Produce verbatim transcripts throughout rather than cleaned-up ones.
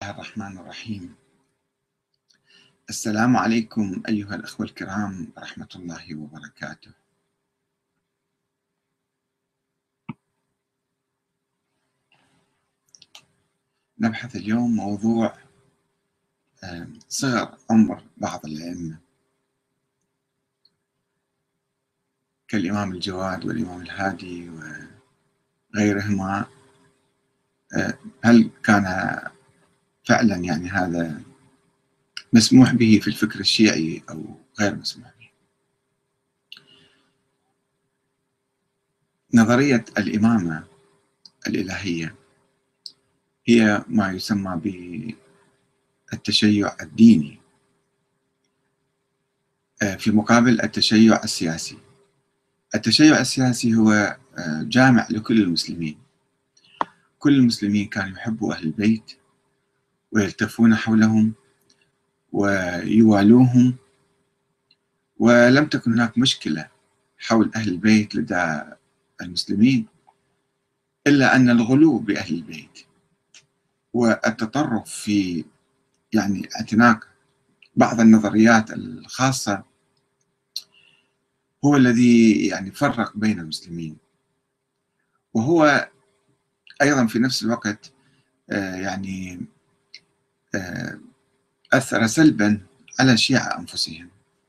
الرحمن الرحيم. السلام عليكم أيها الأخوة الكرام ورحمة الله وبركاته. نبحث اليوم موضوع صغر عمر بعض الأئمة كالإمام الجواد والإمام الهادي وغيرهما. هل كان فعلا يعني هذا مسموح به في الفكر الشيعي أو غير مسموح به؟ نظرية الإمامة الإلهية هي ما يسمى بالتشيع الديني في مقابل التشيع السياسي. التشيع السياسي هو جامع لكل المسلمين، كل المسلمين كانوا يحبوا أهل البيت ويلتفون حولهم ويوالوهم، ولم تكن هناك مشكلة حول أهل البيت لدى المسلمين إلا أن الغلو بأهل البيت والتطرف في يعني اعتناق بعض النظريات الخاصة هو الذي يعني فرق بين المسلمين، وهو أيضا في نفس الوقت يعني أثر سلبا على الشيعة أنفسهم.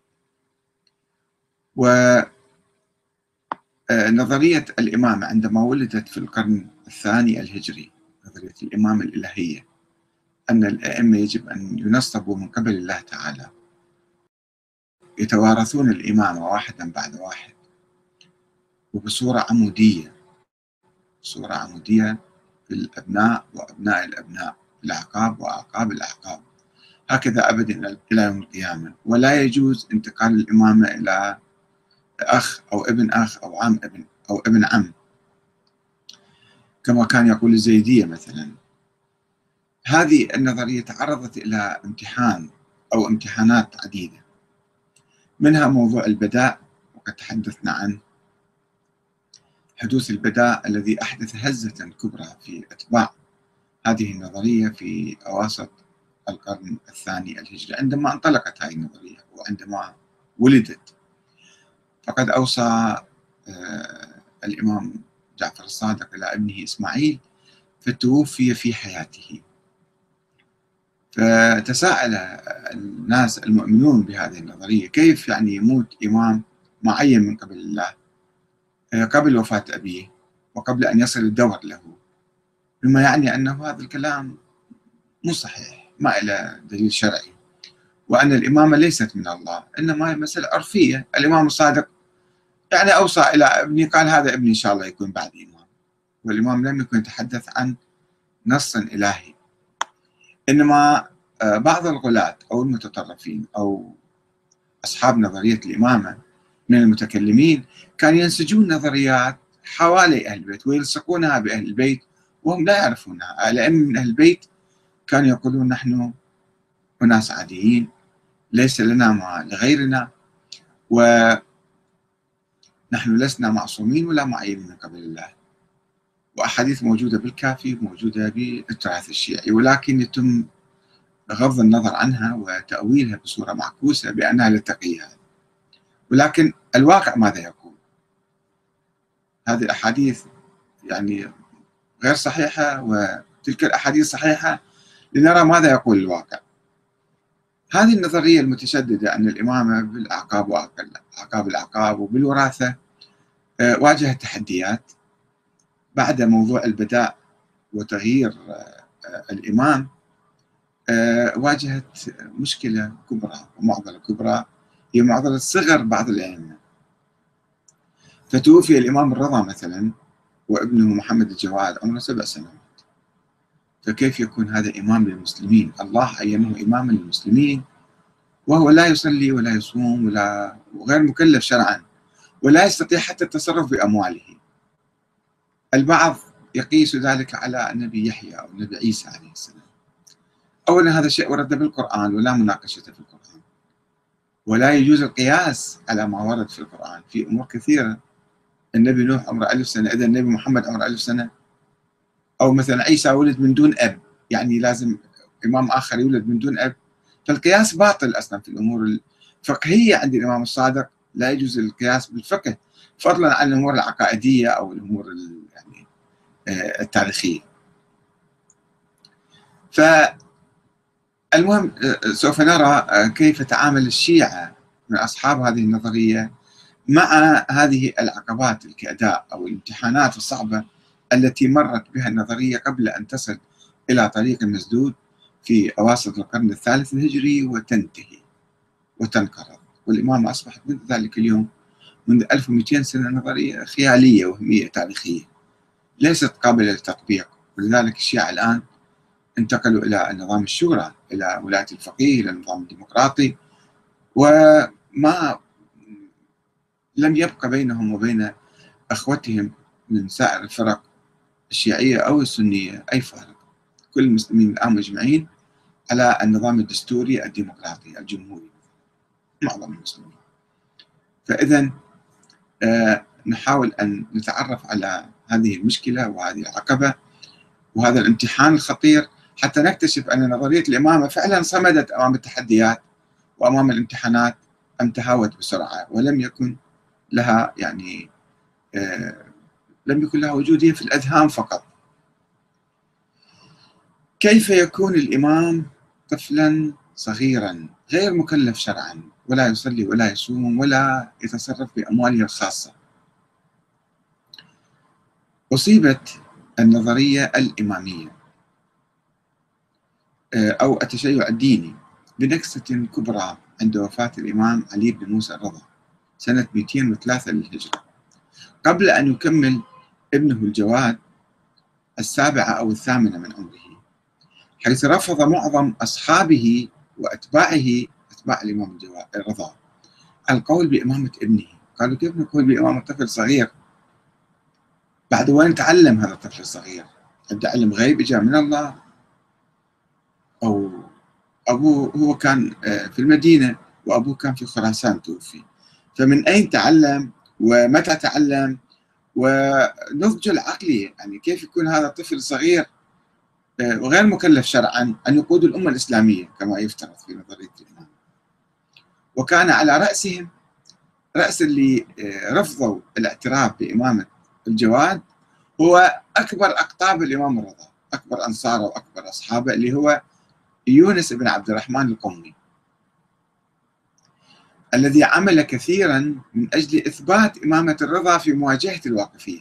ونظرية الإمامة عندما ولدت في القرن الثاني الهجري، نظرية الإمامة الإلهية، أن الأئمة يجب أن ينصبوا من قبل الله تعالى، يتوارثون الإمامة واحدا بعد واحد وبصورة عمودية، صورة عمودية في الأبناء وأبناء الأبناء، الأعقاب وأعقاب الأعقاب، هكذا أبدا إلى يوم القيامة. ولا يجوز انتقال الإمامة إلى أخ أو ابن أخ أو عم ابن أو ابن عم كما كان يقول الزيدية مثلا. هذه النظرية تعرضت إلى امتحان أو امتحانات عديدة، منها موضوع البداء، وقد تحدثنا عن حدوث البداء الذي أحدث هزة كبرى في أتباع هذه النظرية في أواسط القرن الثاني الهجري عندما انطلقت هذه النظرية وعندما ولدت. فقد أوصى الإمام جعفر الصادق إلى ابنه إسماعيل فتوفي في حياته، فتساءل الناس المؤمنون بهذه النظرية كيف يعني يموت إمام معين من قبل الله قبل وفاة أبيه وقبل أن يصل الدور له، بما يعني أنه هذا الكلام مو صحيح، ما إلى دليل شرعي، وأن الإمامة ليست من الله، إنما هي مسألة عرفية. الإمام الصادق يعني أوصى إلى ابني، قال هذا ابني إن شاء الله يكون بعد إمام، والإمام لم يكن يتحدث عن نص إلهي. إنما بعض الغلاة أو المتطرفين أو أصحاب نظرية الإمامة من المتكلمين كانوا ينسجون نظريات حوالي أهل البيت ويلصقونها بأهل البيت وهم لا يعرفونها. الأئمة من أهل البيت كانوا يقولون نحن أناس عاديين، ليس لنا ما لغيرنا، ونحن لسنا معصومين ولا معينين من قبل الله. وأحاديث موجودة بالكافي موجودة بالتراث الشيعي، ولكن يتم غض النظر عنها وتأويلها بصورة معكوسة بأنها للتقية. ولكن الواقع ماذا يقول؟ هذه الأحاديث يعني غير صحيحة، وتلك الأحاديث صحيحة، لنرى ماذا يقول الواقع. هذه النظرية المتشددة أن الإمامة بالأعقاب وأعقاب الأعقاب وبالوراثة واجهت تحديات بعد موضوع البداء وتغيير الإمام. واجهت مشكلة كبرى ومعضلة كبرى هي معضلة صغر بعض الأئمة. فتوفي الإمام الرضا مثلا وابنه محمد الجواد عمره سبع سنوات، فكيف يكون هذا إمام للمسلمين؟ الله عينه إماما للمسلمين وهو لا يصلي ولا يصوم ولا وغير مكلف شرعا ولا يستطيع حتى التصرف بأمواله. البعض يقيس ذلك على النبي يحيى أو النبي عيسى عليه السلام. أولا هذا شيء ورد بالقرآن ولا مناقشة في القرآن، ولا يجوز القياس على ما ورد في القرآن في أمور كثيرة. النبي نوح عمره ألف سنة، إذا النبي محمد عمره ألف سنة؟ أو مثلا عيسى ولد من دون أب، يعني لازم إمام آخر يولد من دون أب، فالقياس باطل أصلا في الأمور الفقهية عند الإمام الصادق. لا يجوز القياس بالفقه فضلا عن الأمور العقائدية أو الأمور يعني التاريخية. فالمهم سوف نرى كيف تعامل الشيعة من أصحاب هذه النظرية مع هذه العقبات الكأداء أو الامتحانات الصعبة التي مرت بها النظرية قبل أن تصل إلى طريق مسدود في أواسط القرن الثالث الهجري وتنتهي وتنقرض. والإمامة أصبحت منذ ذلك اليوم، منذ ألف ومئتين سنة، نظرية خيالية وهمية تاريخية ليست قابلة للتطبيق. ولذلك الشيعة الآن انتقلوا إلى النظام الشورى، إلى ولاية الفقيه، إلى النظام الديمقراطي، وما لم يبقى بينهم وبين أخوتهم من سائر الفرق الشيعية أو السنية أي فارق. كل المسلمين الآن مجمعين على النظام الدستوري الديمقراطي الجمهوري، معظم المسلمين. فإذا آه نحاول أن نتعرف على هذه المشكلة وهذه العقبة وهذا الامتحان الخطير حتى نكتشف أن نظرية الإمامة فعلا صمدت أمام التحديات وأمام الامتحانات، أم تهاوت بسرعة ولم يكن لها يعني آه لم يكن لها وجودية في الأذهان فقط. كيف يكون الإمام طفلا صغيرا غير مكلف شرعا، ولا يصلي ولا يصوم ولا يتصرف بأمواله الخاصة؟ أصيبت النظرية الإمامية أو التشيع الديني بنكسة كبرى عند وفاة الإمام علي بن موسى الرضا سنة مئتين وثلاثة للهجرة، قبل أن يكمل ابنه الجواد السابعة أو الثامنة من عمره، حيث رفض معظم أصحابه وأتباعه أتباع الإمام الرضا القول بإمامة ابنه. قالوا كيف نقول بإمامة طفل صغير؟ بعد وين تعلم هذا الطفل الصغير؟ عنده علم غيب إجا من الله؟ أو أبوه هو كان في المدينة وأبوه كان في خراسان توفي، فمن أين تعلم ومتى تعلم؟ ونضجه العقلي، يعني كيف يكون هذا الطفل صغير وغير مكلف شرعا أن يقود الأمة الإسلامية كما يفترض في نظرية الإمام؟ وكان على رأسهم، رأس اللي رفضوا الاعتراف بإمامة الجواد، هو أكبر أقطاب الإمام الرضا، أكبر أنصاره وأكبر أصحابه، اللي هو يونس بن عبد الرحمن القمي، الذي عمل كثيرا من أجل إثبات إمامة الرضا في مواجهة الواقفية.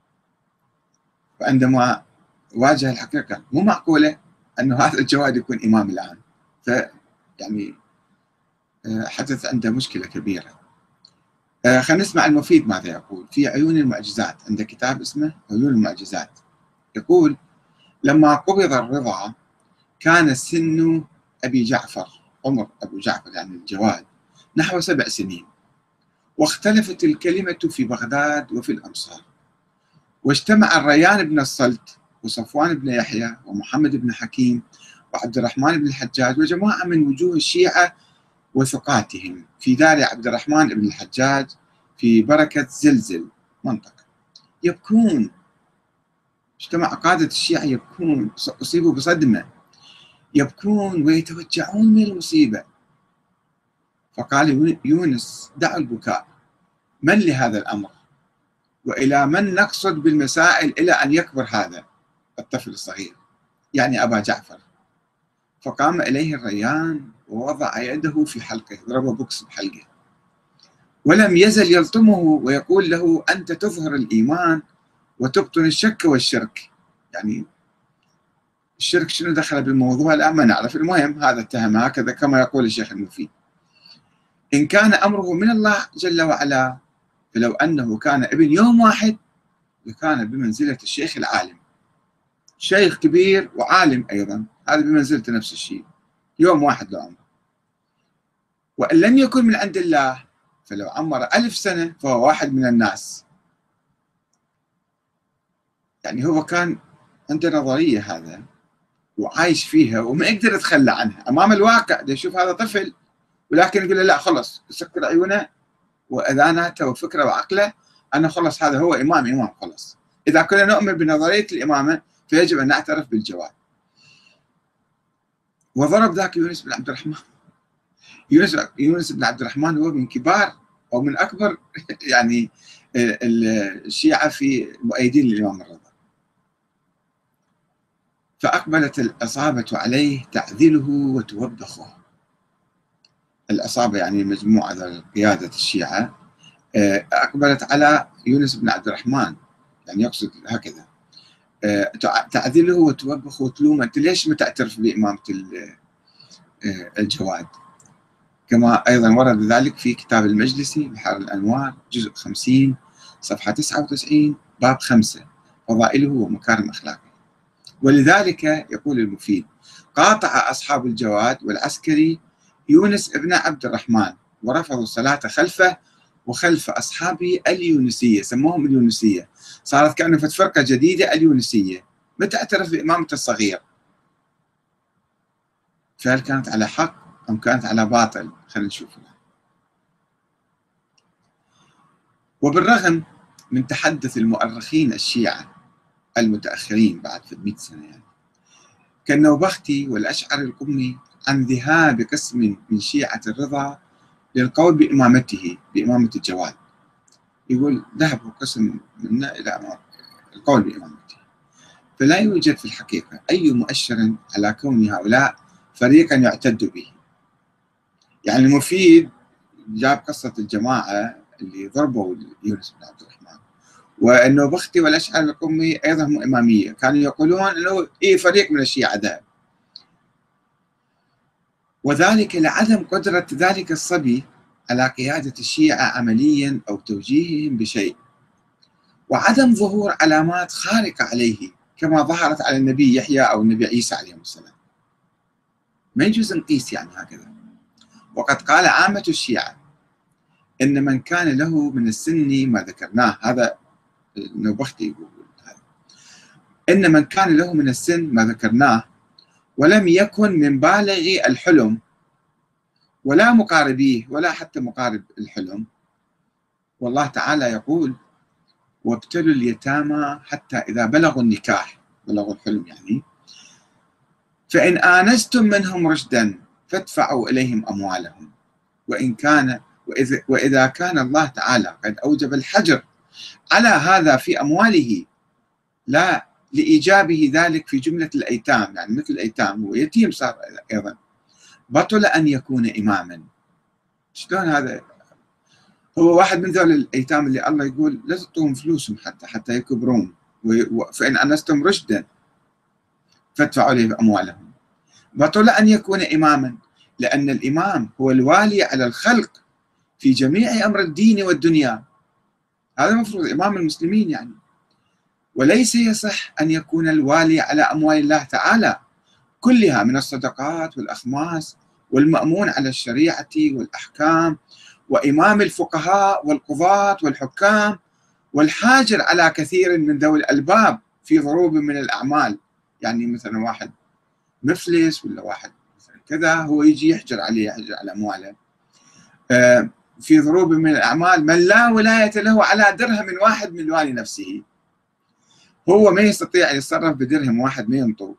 وعندما واجه الحقيقة مو معقولة أنه هذا الجواد يكون إمام الآن، فيعني حدث عنده مشكلة كبيرة. خلينا نسمع المفيد ماذا يقول في عيون المعجزات، عنده كتاب اسمه عيون المعجزات. يقول: لما قبض الرضا كان سن أبي جعفر، عمر أبو جعفر يعني الجواد، نحو سبع سنين، واختلفت الكلمة في بغداد وفي الأمصار، واجتمع الريان بن الصلت وصفوان بن يحيى ومحمد بن حكيم وعبد الرحمن بن الحجاج وجماعة من وجوه الشيعة وثقاتهم في دار عبد الرحمن بن الحجاج في بركة زلزل منطقة، يبكون. اجتمع قادة الشيعة يبكون، أصيبوا بصدمة، يبكون ويتوجعون من المصيبة. فقال يونس: دعوا البكاء، من لهذا الأمر؟ وإلى من نقصد بالمسائل إلى أن يكبر هذا الطفل الصغير، يعني أبا جعفر؟ فقام إليه الريان ووضع يده في حلقه، ضربه بوكس بحلقه، ولم يزل يلطمه ويقول له: أنت تظهر الإيمان وتبطن الشك والشرك. يعني الشرك شنو دخل بالموضوع؟ لا ما نعرف، المهم هذا اتهم هكذا كما يقول الشيخ المفيد. إن كان أمره من الله جل وعلا فلو أنه كان ابن يوم واحد لكان بمنزلة الشيخ العالم، شيخ كبير وعالم أيضا، هذا بمنزلة نفس الشيء، يوم واحد لو عمر. وإن لم يكن من عند الله فلو عمر ألف سنة فهو واحد من الناس. يعني هو كان عنده نظرية هذا وعايش فيها وما يقدر يتخلى عنها أمام الواقع. يشوف هذا طفل ولكن يقول له لا خلص، يسكر عيونه وأذاناته وفكره وعقله، أنا خلص هذا هو إمام إمام خلص. إذا كنا نؤمن بنظرية الإمامة فيجب أن نعترف بالجواد. وضرب ذاك يونس بن عبد الرحمن. يونس يونس بن عبد الرحمن هو من كبار أو من أكبر يعني الشيعة في مؤيدين للإمام الرضا. فأقبلت العصابة عليه تعذله وتوبخه. العصابة يعني مجموعة قيادة الشيعة أقبلت على يونس بن عبد الرحمن، يعني يقصد هكذا تعذله وتوبخه وتلومه، أنت ليش ما تعترف بإمامة الجواد؟ كما أيضا ورد ذلك في كتاب المجلسي بحار الأنوار جزء خمسين صفحة تسعة وتسعين باب خمسة فضائله ومكارم أخلاقه. ولذلك يقول المفيد: قاطع أصحاب الجواد والعسكري يونس ابن عبد الرحمن ورفضوا الصلاة خلفه وخلف أصحابه اليونسية، سموهم اليونسية، صارت كأنه فرقة جديدة اليونسية، ما تعترف بإمامة الصغير. فهل كانت على حق أم كانت على باطل؟ خلينا نشوف. وبالرغم من تحدث المؤرخين الشيعة المتأخرين بعد في المئة سنة يعني كالنوبختي والأشعري القمي عن ذهاب قسم من شيعة الرضا للقول بإمامته بإمامة الجواد، يقول ذهبوا قسم منا إلى القول بإمامته، فلا يوجد في الحقيقة أي مؤشر على كون هؤلاء فريقا يعتد به. يعني المفيد جاب قصة الجماعة اللي ضربوا يونس بن عبد الرحمن، والنوبختي والأشعري القمي أيضا هم إمامية، كانوا يقولون أنه إيه فريق من الشيعة ذهب، وذلك لعدم قدرة ذلك الصبي على قيادة الشيعة عمليا أو توجيههم بشيء، وعدم ظهور علامات خارقة عليه كما ظهرت على النبي يحيى أو النبي عيسى عليه السلام. ما يجوز نقيس يعني هكذا. وقد قال عامة الشيعة إن من كان له من السن ما ذكرناه، هذا النوبختي يقول هذا، إن من كان له من السن ما ذكرناه ولم يكن من بالغي الحلم ولا مقاربيه ولا حتى مقارب الحلم، والله تعالى يقول: وابتلوا اليتامى حتى إذا بلغوا النكاح، بلغوا الحلم يعني، فإن آنستم منهم رشدا فادفعوا إليهم أموالهم، وإن كان وإذا, وإذا كان الله تعالى قد أوجب الحجر على هذا في أمواله لا لإيجابه ذلك في جملة الأيتام، يعني مثل الأيتام هو يتيم صار أيضا، بطل أن يكون إماما. شلون هذا؟ هو واحد من ذول الأيتام اللي الله يقول لا تعطوهم فلوسهم حتى حتى يكبرون، فإن أنستم رشدا فادفعوا إليهم أموالهم، بطل أن يكون إماما، لأن الإمام هو الوالي على الخلق في جميع أمر الدين والدنيا، هذا المفروض إمام المسلمين يعني، وليس يصح أن يكون الوالي على أموال الله تعالى كلها من الصدقات والأخماس والمأمون على الشريعة والأحكام وإمام الفقهاء والقضاة والحكام والحاجر على كثير من ذوي الألباب في ضروب من الأعمال، يعني مثلا واحد مفلس ولا واحد مثلا كذا هو يجي يحجر عليه يحجر على أمواله في ضروب من الأعمال من لا ولاية له على درهم واحد من الوالي نفسه، هو ما يستطيع يتصرف بدرهم واحد ما ينطق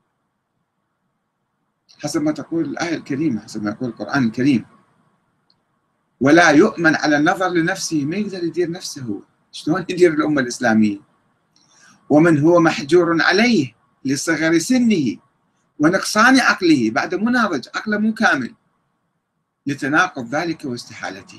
حسب ما تقول الآية الكريمة، حسب ما يقول القرآن الكريم، ولا يؤمن على النظر لنفسه، ما يقدر يدير نفسه، شلون يدير الأمة الإسلامية؟ ومن هو محجور عليه لصغر سنه ونقصان عقله، بعد مو ناضج، عقله مو كامل، لتناقض ذلك واستحالته.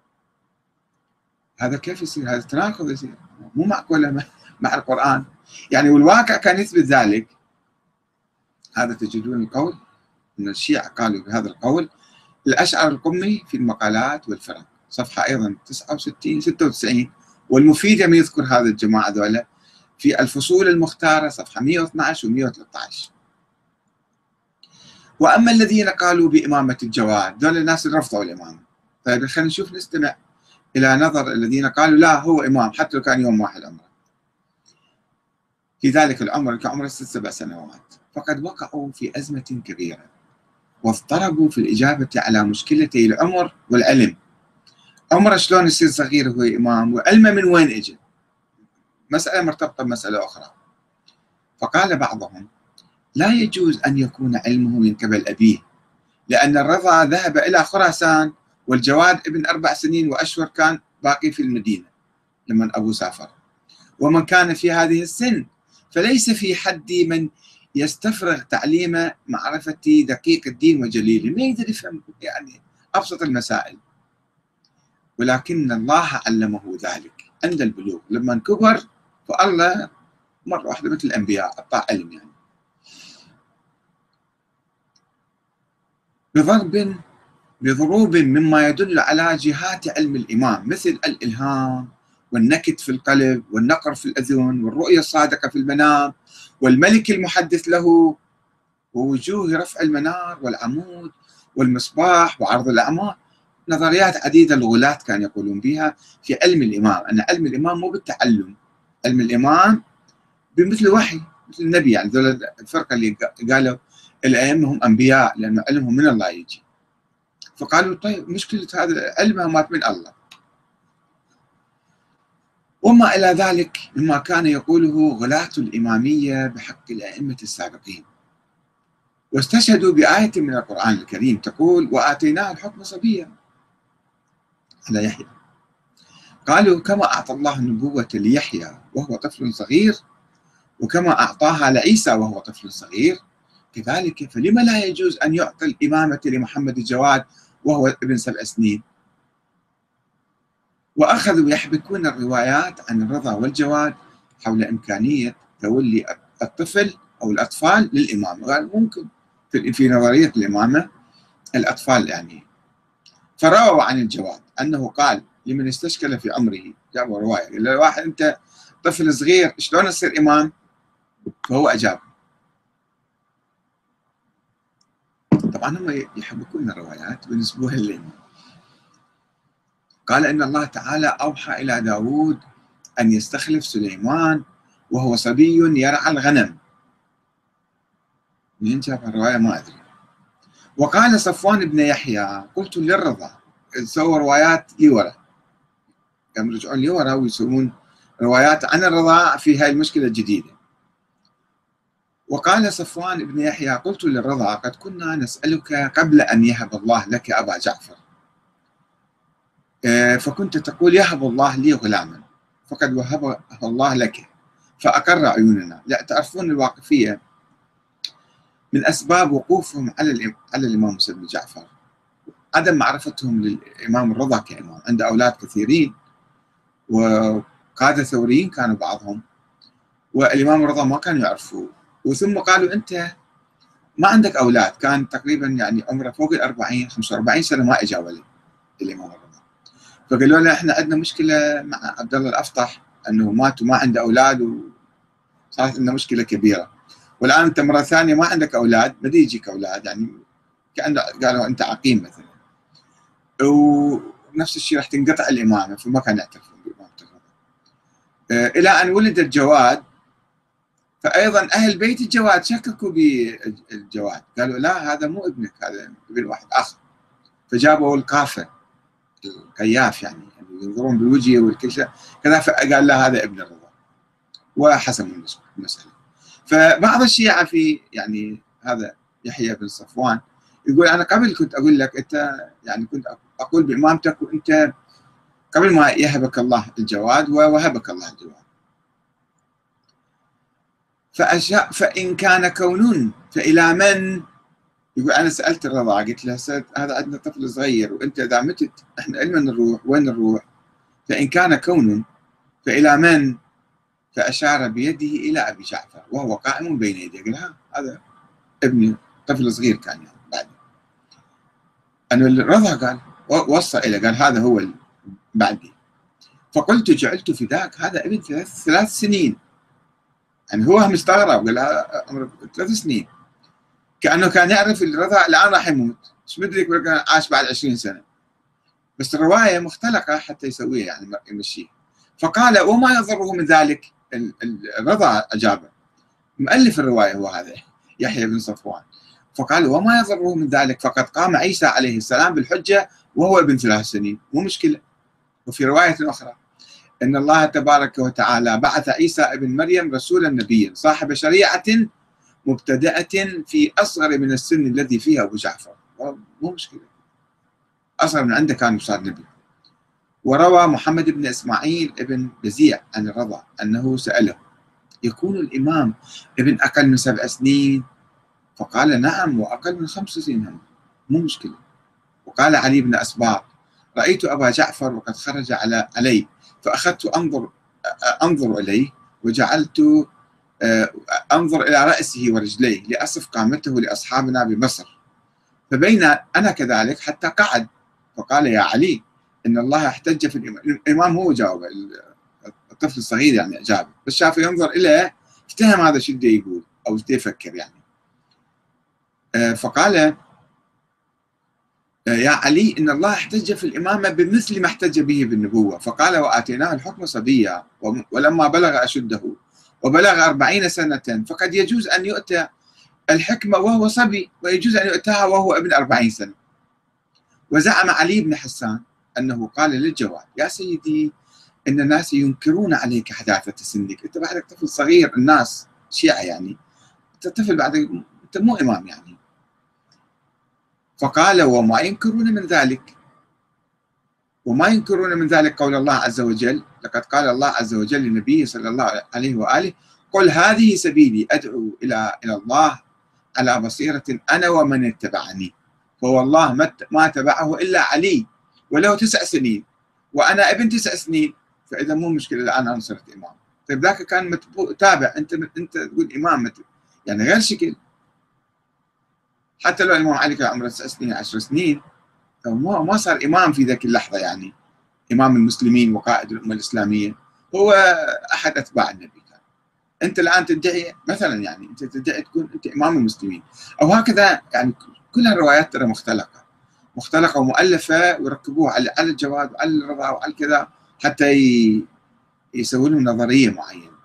هذا كيف يصير؟ هذا تناقض يصير، مو معقولة مع القرآن يعني، والواقع كان يثبت ذلك. هذا تجدون القول أن الشيعة قالوا بهذا القول، الأشعر القمي في المقالات والفرق صفحة أيضا تسعة وستين ستة وتسعين، والمفيد يوم يذكر هذا الجماعة ذولا في الفصول المختارة صفحة مئة واثني عشر ومئة وثلاثة عشر. وأما الذين قالوا بإمامة الجواد، ذول الناس اللي رفضوا الإمامة. طيب خلينا نشوف نستمع إلى نظر الذين قالوا لا هو إمام حتى لو كان يوم واحد عمره، في ذلك العمر كعمر ست سبع سنوات، فقد وقعوا في أزمة كبيرة واضطربوا في الإجابة على مشكلتي العمر والعلم. عمره شلون يصير صغير هو إمام، وعلمه من وين إجا؟ مسألة مرتبطة بمسألة أخرى. فقال بعضهم: لا يجوز أن يكون علمه من قبل أبيه، لأن الرضا ذهب إلى خراسان والجواد ابن أربع سنين وأشهر كان باقي في المدينة لمن أبو سافر، ومن كان في هذه السن فليس في حد من يستفرغ تعليم معرفة دقيق الدين وجليله، ما يقدر يفهم يعني أبسط المسائل، ولكن الله علمه ذلك عند البلوغ لما كبر، فالله مرة واحدة مثل الأنبياء أعطاه علم يعني بضرب بضروب مما يدل على جهات علم الإمام، مثل الإلهام والنكت في القلب والنقر في الأذن والرؤية الصادقة في المنام والملك المحدث له ووجوه رفع المنار والعمود والمصباح وعرض الأعمار. نظريات عديدة الغلاة كانوا يقولون بها في علم الإمام، أن علم الإمام مو بالتعلم، علم الإمام بمثل وحي مثل النبي، يعني ذول الفرقة اللي قالوا الأئمة هم أنبياء لأن علمهم من الله يجي، فقالوا طيب مشكلة هذا علمها مات من الله. وما إلى ذلك مما كان يقوله غلاة الإمامية بحق الأئمة السابقين، واستشهدوا بآية من القرآن الكريم تقول وآتيناه الحكم صبيا على يحيى، قالوا كما أعطى الله النبوة ليحيى وهو طفل صغير وكما أعطاها لعيسى وهو طفل صغير كذلك فلما لا يجوز أن يعطي الإمامة لمحمد الجواد وهو ابن سبع سنين. وأخذوا يحبكون الروايات عن الرضا والجواد حول إمكانية تولي الطفل أو الأطفال للإمامة، قال ممكن في نظرية الإمامة الأطفال يعني. فرووا عن الجواد أنه قال لمن استشكل في عمره، جابوا رواية قال له واحد أنت طفل صغير شلون تصير إمام؟ فهو أجاب. طبعا هم يحبكون الروايات وينسبوها للإمام. قال إن الله تعالى أوحى إلى داود أن يستخلف سليمان وهو صبي يرعى الغنم. مين جاب الرواية ما أدري. وقال صفوان بن يحيى قلت للرضا، سووا روايات لي ورا، كانوا يرجعون لي ورا ويسوون روايات عن الرضا في هاي المشكلة الجديدة. وقال صفوان بن يحيى قلت للرضا قد كنا نسألك قبل أن يهب الله لك أبا جعفر، فكنت تقول يهب الله لي غلاما فقد وهبه الله لك فأقر عيوننا. لا تعرفون الواقفية من أسباب وقوفهم على على الإمام موسى بن جعفر عدم معرفتهم للإمام الرضا كإمام، عنده أولاد كثيرين وقادة ثوريين كانوا بعضهم، والإمام الرضا ما كانوا يعرفوه، وثم قالوا أنت ما عندك أولاد، كان تقريبا يعني عمره فوق الأربعين خمسة وأربعين سنة ما إجا ولد الإمام الرضا، فقالوا له احنا عندنا مشكلة مع عبد الله الأفطح أنه مات وما عنده أولاد وصارت لنا مشكلة كبيرة، والآن أنت مرة ثانية ما عندك أولاد بدي يجيك أولاد، يعني كأنه قالوا أنت عقيم مثلا، ونفس الشيء راح تنقطع الإمامة فما كان يعترفون بإمامة الرضا. إلى أن ولد الجواد فأيضا أهل بيت الجواد شككوا بالجواد، قالوا لا هذا مو ابنك هذا ابن واحد آخر، فجابوا القافة القياف يعني, يعني ينظرون بالوجه والكشة كذا، فقال لا هذا ابن الرضا وحسموا المسألة. فبعض الشيعة في يعني هذا يحيى بن صفوان يقول أنا قبل كنت أقول لك أنت يعني كنت أقول بإمامتك وأنت قبل ما يهبك الله الجواد ووهبك الله الجواد. فأشاء فإن كان كون فإلى من؟ يقول أنا سألت الرضا قلت له هذا عندنا طفل صغير وأنت إذا متت إحنا إلنا نروح وين نروح؟ فإن كان كون فإلى من؟ فأشار بيده إلى أبي جعفر وهو قائم بين يديه، قال ها هذا ابني طفل صغير كان يعني بعد. أنا الرضا قال وصى إلى قال هذا هو بعدي، فقلت جعلت فداك هذا ابن ثلاث ثلاث سنين، يعني هو مستغرب قال عمره ثلاث سنين كأنه كان يعرف الرضا الآن راح يموت، مش مدرك كان عاش بعد عشرين سنة، بس الرواية مختلقة حتى يسويها يعني يمشيه. فقال وما يضره من ذلك؟ الرضا أجابه، مؤلف الرواية هو هذا يحيى بن صفوان، فقال وما يضره من ذلك فقد قام عيسى عليه السلام بالحجة وهو ابن ثلاث سنين مو مشكلة. وفي رواية أخرى إن الله تبارك وتعالى بعث عيسى ابن مريم رسولا نبيا صاحب شريعة مبتدأة في أصغر من السن الذي فيه أبو جعفر. مو مشكلة، أصغر من عنده كان صار نبي. وروى محمد بن إسماعيل ابن بزيع عن الرضا أنه سأله: يكون الإمام ابن أقل من سبع سنين؟ فقال: نعم، وأقل من خمس سنين هم. مو مشكلة. وقال علي بن أسباط: رأيت أبا جعفر وقد خرج على علي، فأخذت أنظر أنظر إليه، وجعلت أنظر إلى رأسه ورجليه لأصف قامته لأصحابنا بمصر، فبين أنا كذلك حتى قعد، فقال: يا علي، إن الله احتج في الإمام. الإمام هو جاوب، الطفل الصغير يعني أجاب، بس شافه ينظر إليه افتهم هذا شو بده يقول أو شو بده يفكر يعني. فقال: يا علي، إن الله احتج في الإمامة بمثل ما احتج به بالنبوة. فقال: وآتيناه الحكم صبيا، ولما بلغ أشده وبلغ أربعين سنة فقد يجوز أن يؤتى الحكمة وهو صبي، ويجوز أن يؤتاها وهو ابن أربعين سنة. وزعم علي بن حسان أنه قال للجواد: يا سيدي، إن الناس ينكرون عليك حداثة سنك، أنت بعدك طفل صغير، الناس شيعة يعني، أنت طفل بعدك، أنت مو إمام يعني. فقال: وما ينكرون من ذلك وما ينكرون من ذلك قول الله عز وجل، لقد قال الله عز وجل لنبيه صلى الله عليه وآله: قل هذه سبيلي أدعو إلى إلى الله على بصيرة أنا ومن اتبعني. فوالله ما تبعه إلا علي وله تسع سنين وأنا ابن تسع سنين، فإذا مو مشكلة الآن أنا صرت إمام. طيب ذاك كان تابع، أنت أنت تقول إمام يعني غير شكل. حتى لو الإمام علي كان عمره تسع سنين عشر سنين، ما صار إمام في ذاك اللحظة يعني، إمام المسلمين وقائد الأمة الإسلامية، هو أحد أتباع النبي كان. أنت الآن تدعي مثلا يعني أنت تدعي تكون أنت إمام المسلمين أو هكذا يعني. كل الروايات ترى مختلقة مختلقة ومؤلفة، ويركبوها على على الجواد وعلى الرضا وعلى كذا حتى يسوون لهم نظرية معينة.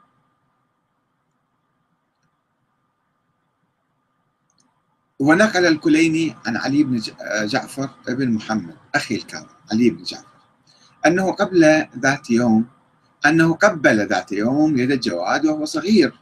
ونقل الكليني عن علي بن جعفر بن محمد أخي الكاظم علي بن جعفر أنه قبل ذات يوم أنه قبل ذات يوم يد الجواد وهو صغير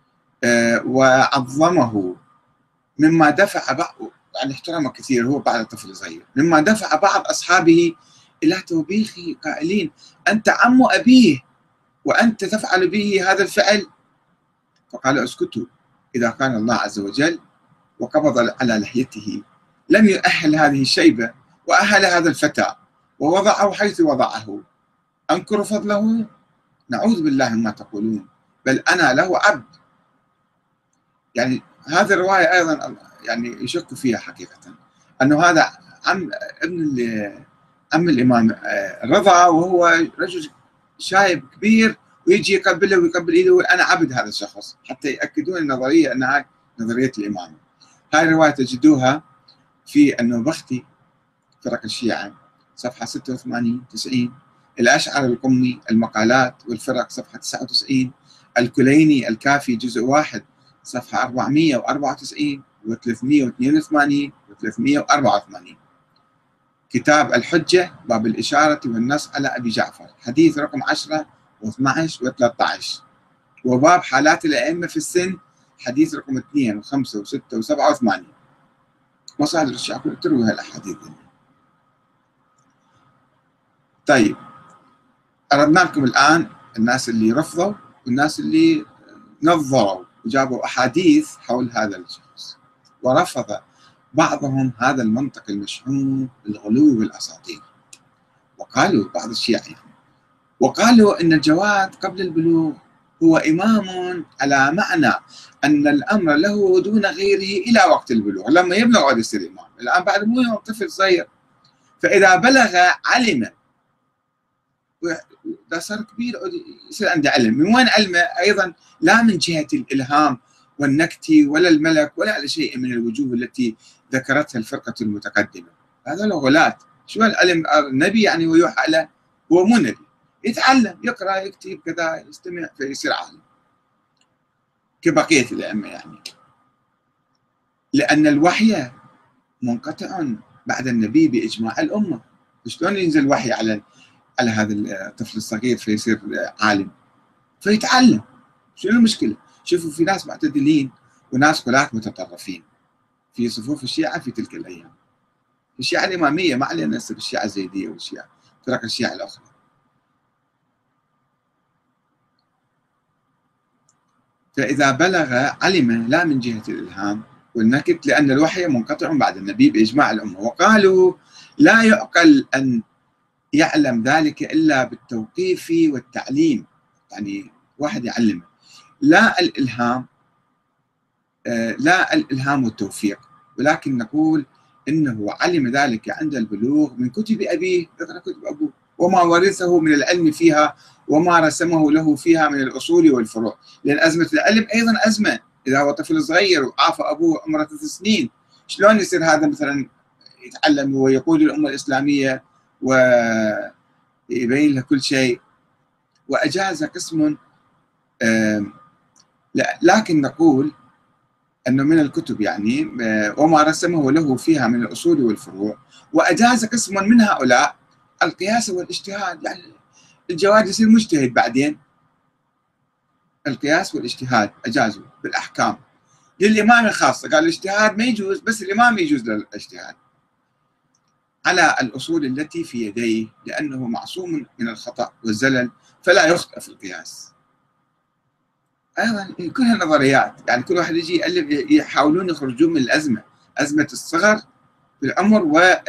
وعظمه، مما دفع بعض يعني احترمه كثير، هو بعد طفل صغير، مما دفع بعض أصحابه إلى توبيخه قائلين: أنت عم أبيه وأنت تفعل به هذا الفعل. فقال: اسكتوا، إذا كان الله عز وجل وقبض على لحيته لم يؤهل هذه الشيبة وأهل هذا الفتى ووضعه حيث وضعه، أنكر فضله؟ نعوذ بالله مما تقولون، بل أنا له عبد. يعني هذه الرواية أيضا يعني يشك فيها حقيقة، أنه هذا عم ابن عم الإمام الرضا وهو رجل شايب كبير ويجي يقبله ويقبل إيده ويقول أنا عبد هذا الشخص، حتى يأكدون النظرية أنها نظرية الإمامة. هاي الرواية تجدوها في النوبختي فرق الشيعة صفحة ستة وثمانين تسعين، الأشعر القمي المقالات والفرق صفحة تسعة وتسعين، الكليني الكافي جزء واحد صفحة أربعمئة وأربعة وتسعين وثلاثمئة واثنين وثمانين وثلاثمئة وأربعة وثمانين. كتاب الحجة باب الإشارة والنص على أبي جعفر حديث رقم عشرة واثني عشر وثلاثة عشر، وباب حالات الأئمة في السن حديث رقم اثنين وخمسة وستة وسبعة وثمانين. مصادر الشيعة كلها تروي هالأحاديث. طيب، أردنا لكم الآن الناس اللي رفضوا والناس اللي نظروا وجابوا أحاديث حول هذا الشخص، ورفض بعضهم هذا المنطق المشحون بالغلو والأساطير، وقالوا بعض الشيعة يعني، وقالوا أن الجواد قبل البلوغ هو إمام على معنى أن الأمر له دون غيره إلى وقت البلوغ، لما يبلغ عاد يصير إمام. الآن بعد مو يوم طفل صغير، فإذا بلغ علم، إذا صار كبير يصير عنده علم. من وين علمه؟ أيضا لا من جهة الإلهام والنكتي ولا الملك ولا على شيء من الوجوه التي ذكرتها الفرقة المتقدمة. هذا له غلات. شو العلم؟ النبي يعني ويوحى له، هو مو نبي، يتعلم يقرأ يكتب كذا يستمع فيصير عالم كبقية الأئمة يعني، لأن الوحي منقطع بعد النبي بإجماع الأمة. شلون ينزل وحي على على هذا الطفل الصغير فيصير عالم؟ فيتعلم. شنو المشكلة؟ شوفوا في ناس معتدلين وناس غلاة متطرفين في صفوف الشيعة في تلك الأيام. الشيعة الإمامية، ما علينا هسه بالشيعة الزيدية والشيعة فرق الشيعة الأخرى. فإذا بلغ علم لا من جهة الإلهام والنكت، لأن الوحي منقطع بعد النبي بإجماع الأمة، وقالوا لا يعقل أن يعلم ذلك إلا بالتوقيف والتعليم، يعني واحد يعلمه، لا الإلهام، لا الإلهام والتوفيق، ولكن نقول إنه علم ذلك عند البلوغ من كتب أبيه، اقرأ كتب أبوه، وما ورثه من العلم فيها وما رسمه له فيها من الأصول والفروع. لأن أزمة العلم أيضا أزمة، إذا هو طفل صغير وعاف أبوه عمره ثلاث سنين، شلون يصير هذا مثلا يتعلم ويقود الأمة الإسلامية ويبين له كل شيء؟ وأجاز قسم، لكن نقول أنه من الكتب يعني وما رسمه له فيها من الأصول والفروع، وأجاز قسم من هؤلاء القياس والاجتهاد، يعني الجواد يصير مجتهد بعدين، القياس والاجتهاد أجازوا بالأحكام. للإمام الخاصة قال الاجتهاد ما يجوز، بس الإمام يجوز للاجتهاد على الأصول التي في يديه، لأنه معصوم من الخطأ والزلل فلا يخطئ في القياس. ايضا كلها نظريات، يعني كل واحد يجي يألف، يحاولون يخرجون من الازمه، ازمه الصغر في العمر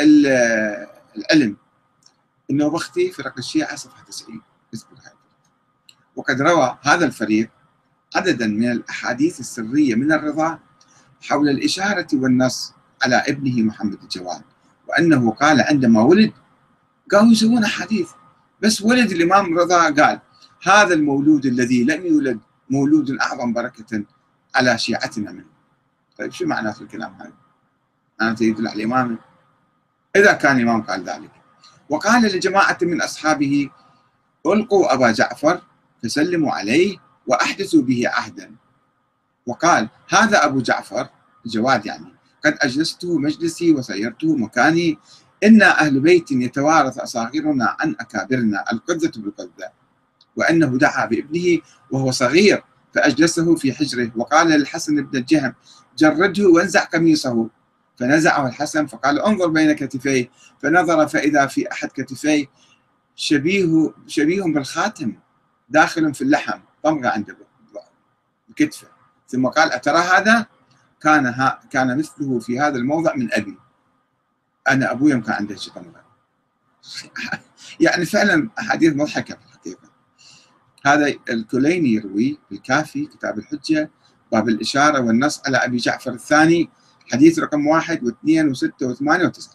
والعلم. النوبختي فرق الشيعة صفحه تسعين. وقد روى هذا الفريق عددا من الاحاديث السريه من الرضا حول الاشاره والنص على ابنه محمد الجواد، وانه قال عندما ولد، قاموا يسوون احاديث، بس ولد الامام رضا قال هذا المولود الذي لم يولد مولود أعظم بركة على شيعتنا منه. طيب شو معناته الكلام هذا؟ معناته يدل على الإمام إذا كان الإمام قال ذلك. وقال لجماعة من أصحابه ألقوا أبا جعفر فسلموا عليه وأحدثوا به عهدا، وقال هذا أبو جعفر الجواد، يعني قد أجلسته مجلسي وسيرته مكاني، إنا أهل بيت يتوارث أصاغرنا عن أكابرنا القذة بالقذة، وأنه دعا بابنه وهو صغير فأجلسه في حجره، وقال للحسن بن الجهم جرده وانزع قميصه، فنزعه الحسن فقال انظر بين كتفيه، فنظر فإذا في أحد كتفيه شبيه شبيه بالخاتم داخل في اللحم، طمغة عند كتفه، ثم قال أترى هذا؟ كان ها كان مثله في هذا الموضع من أبي، أنا أبوي كان عنده شيء طمغة. يعني فعلا أحاديث مضحكة في الحقيقة. هذا الكليني يروي بالكافي كتاب الحجة باب الإشارة والنص على أبي جعفر الثاني، حديث رقم واحد واثنين وستة وثمانية وتسعة.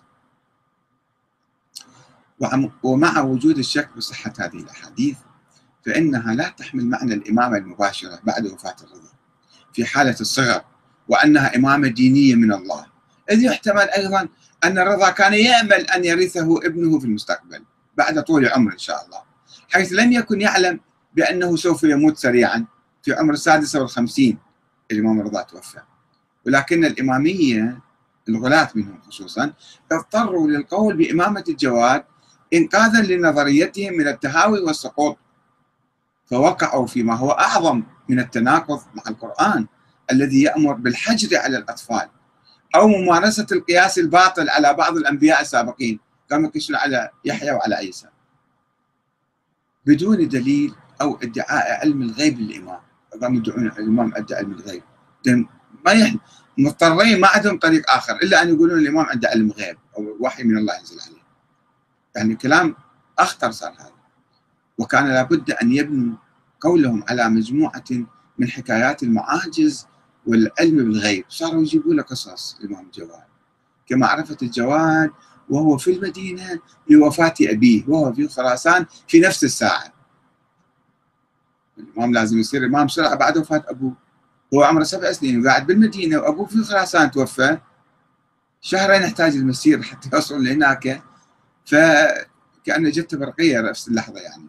ومع وجود الشك بصحة هذه الأحاديث فإنها لا تحمل معنى الإمامة المباشرة بعد وفاة الرضا في حالة الصغر، وأنها إمامة دينية من الله، إذ يحتمل أيضا أن الرضا كان يأمل أن يرثه ابنه في المستقبل بعد طول عمره إن شاء الله، حيث لم يكن يعلم بأنه سوف يموت سريعا في عمر السادسة والخمسين الإمام الرضا توفى. ولكن الإمامية الغلاة منهم خصوصا اضطروا للقول بإمامة الجواد إنقاذا لنظريتهم من التهاوي والسقوط، فوقعوا فيما هو أعظم من التناقض مع القرآن الذي يأمر بالحجر على الأطفال، أو ممارسة القياس الباطل على بعض الأنبياء السابقين كما يقيسون على يحيى وعلى عيسى بدون دليل أو ادعاء علم الغيب للإمام. قاموا يدعون الإمام أدى علم الغيب، ما يحن مضطرين، ما عندهم طريق آخر إلا أن يقولون الإمام عنده علم غيب أو وحي من الله ينزل عليه. يعني كلام أخطر صار هذا. وكان لابد أن يبنوا قولهم على مجموعة من حكايات المعاجز والعلم بالغيب، صاروا يجيبوا له قصص الإمام الجواد، كما عرفت الجواد وهو في المدينة بوفاة أبيه وهو في خراسان في نفس الساعة. الإمام لازم يصير إمام بسرعة بعد وفاة أبوه، هو عمره سبع سنين وقاعد بالمدينة وأبوه في خراسان توفى، شهرين يحتاج المسير حتى يوصل لهناك، فكأنه جت برقية نفس اللحظة يعني.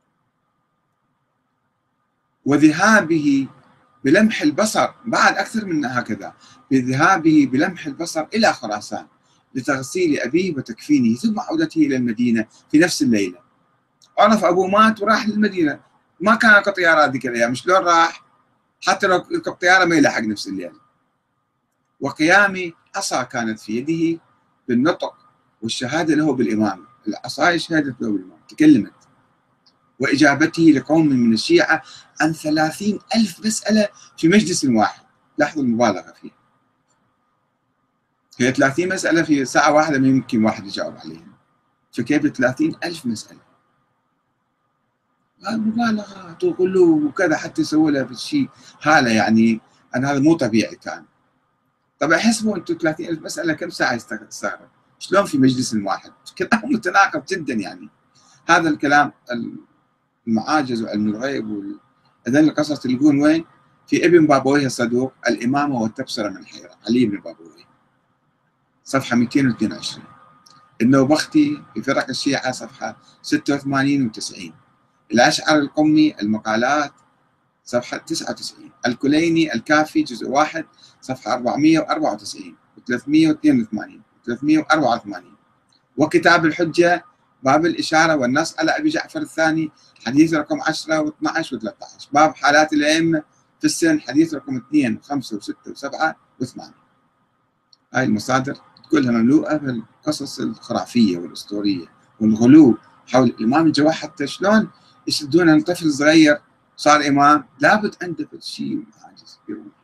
وذهابه بلمح البصر بعد أكثر من هكذا، بذهابه بلمح البصر إلى خراسان لتغسيل أبيه وتكفينه، ثم عودته إلى المدينة في نفس الليلة. عرف أبوه مات وراح للمدينة، ما كان قطيارات ذيك الأيام، شلون راح؟ حتى لو يركب طيارة ما يلحق نفس الليل. وقيام عصا كانت في يده بالنطق والشهادة له بالإمامة، العصا شهدت له بالإمامة، تكلمت. وإجابته لقوم من الشيعة عن ثلاثين ألف مسألة في مجلس واحد، لاحظوا المبالغة فيها. هي ثلاثين مسألة في ساعة واحدة ما يمكن واحد يجاوب عليها، فكيف ثلاثين ألف مسألة؟ مبالغات وغلو وكذا حتى يسووا له شيء هذا، يعني أن هذا مو طبيعي كان. طبعا حسبوا أنتم ثلاثين ألف مسألة كم ساعة يستغرق؟ شلون في مجلس واحد؟ كلام متناقض جدا يعني. هذا الكلام المعاجز وعلم الغيب وهذول القصص تلقون وين؟ في ابن بابويه الصدوق الإمامة والتبصرة من حيرة، علي بن بابويه، صفحة مئتين واثنين وعشرين. النوبختي في فرق الشيعة صفحة ستة وثمانين وتسعين. الأشعر القمي المقالات صفحة تسعة وتسعين. الكليني الكافي جزء واحد صفحة أربعمئة وأربعة وتسعين وثلاثمئة واثنين وثمانين وثلاثمئة وأربعة وثمانين. وكتاب الحجة باب الإشارة والنص على أبي جعفر الثاني حديث رقم عشرة واثني عشر وثلاثة عشر. باب حالات الأئمة في السن حديث رقم اثنين وخمسة وستة وسبعة وثمانية. هاي المصادر كلها مملوءة بالقصص الخرافية والأسطورية والغلو حول الإمام الجواد، حتى شلون يشدون عن طفل صغير صار إمام لابد عنده شيء عاجز.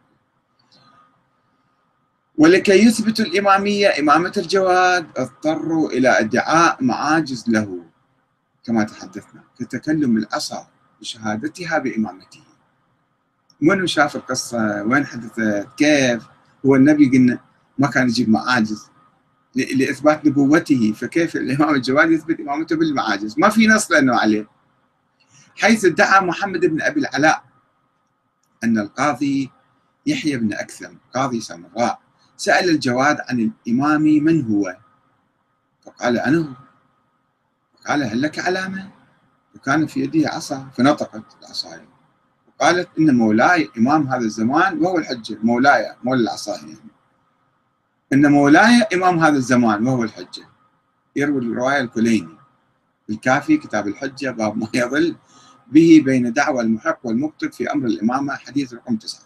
ولكي يثبتوا الإمامية إمامة الجواد اضطروا إلى ادعاء معاجز له كما تحدثنا كتكلم العصا بشهادتها بإمامته. من شاف القصة؟ وين حدثت؟ كيف؟ هو النبي قلنا ما كان يجيب معاجز لإثبات نبوته، فكيف الإمام الجواد يثبت إمامته بالمعاجز؟ ما في نص لأنه عليه. حيث ادعى محمد بن أبي العلاء أن القاضي يحيى بن أكثم قاضي سامراء سأل الجواد عن الإمام من هو؟ فقال أنا هو. قال هل لك علامة؟ وكان في يده عصا فنطقت العصاية وقالت إن مولاي إمام هذا الزمان وهو الحجة. مولاي مولى العصاية يعني. إن مولاي إمام هذا الزمان وهو الحجة. يروي الرواية الكليني الكافي كتاب الحجة باب ما يضل به بين دعوى المحق والمبطل في أمر الإمامة حديث رقم تسعة.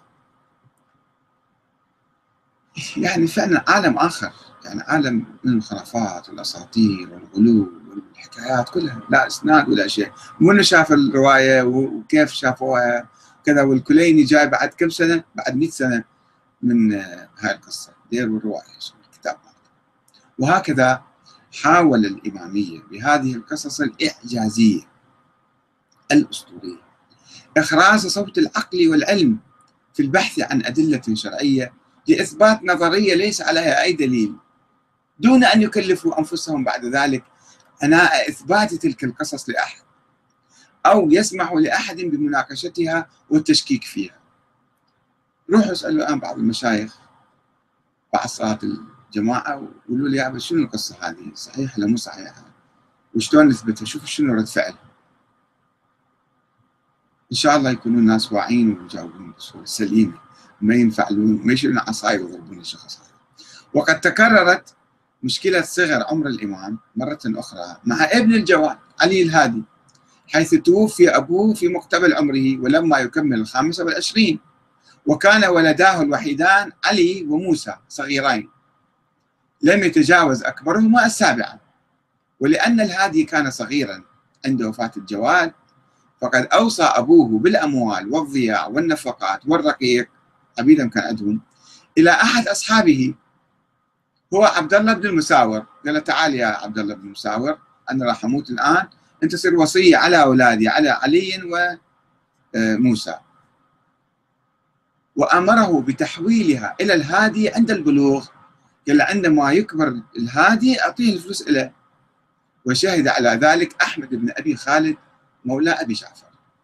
يعني فعلا عالم آخر، يعني عالم من الخرافات والأساطير والغلو والحكايات كلها لا إسناد ولا شيء. منو شاف الرواية وكيف شافوها كذا؟ والكليني جاي بعد كم سنة؟ بعد مئة سنة من هاي القصة دير والرواية الكتاب. وهكذا حاول الإمامية بهذه القصص الإعجازية الأسطورية إخراج صوت العقل والعلم في البحث عن أدلة شرعية لإثبات نظرية ليس عليها أي دليل، دون أن يكلفوا أنفسهم بعد ذلك عناء إثبات تلك القصص لأحد أو يسمحوا لأحد بمناقشتها والتشكيك فيها. روحوا اسألوا الآن بعض المشايخ بعد صلاة الجماعة وقولوا لي يا أبا شنو القصة هذه؟ صحيحة ولا مو صحيحة؟ وشلون نثبتها؟ شوفوا شنو رد فعل. إن شاء الله يكونون ناس واعين ويجاوبون بصورة سليمة، ما ينفعلون ما يشيلون عصاي ويضربون الشخص هذا. وقد تكررت مشكلة صغر عمر الإمام مرة أخرى مع ابن الجواد علي الهادي، حيث توفي أبوه في مقتبل عمره ولما يكمل الخامسة والعشرين، وكان ولداه الوحيدان علي وموسى صغيرين لم يتجاوز أكبرهما السابعة. ولأن الهادي كان صغيرا عند وفاة الجواد فقد أوصى أبوه بالأموال والضياع والنفقات والرقيق عبيدا كان عندهم إلى أحد أصحابه هو عبد الله بن المساور. قال له تعال يا عبد الله بن المساور أنا راح أموت الآن، أنت تصير وصية على أولادي على علي وموسى. وأمره بتحويلها إلى الهادي عند البلوغ. قال له عندما يكبر الهادي أعطيه الفلوس إليه. وشهد على ذلك أحمد بن أبي خالد مولى أبي جعفر.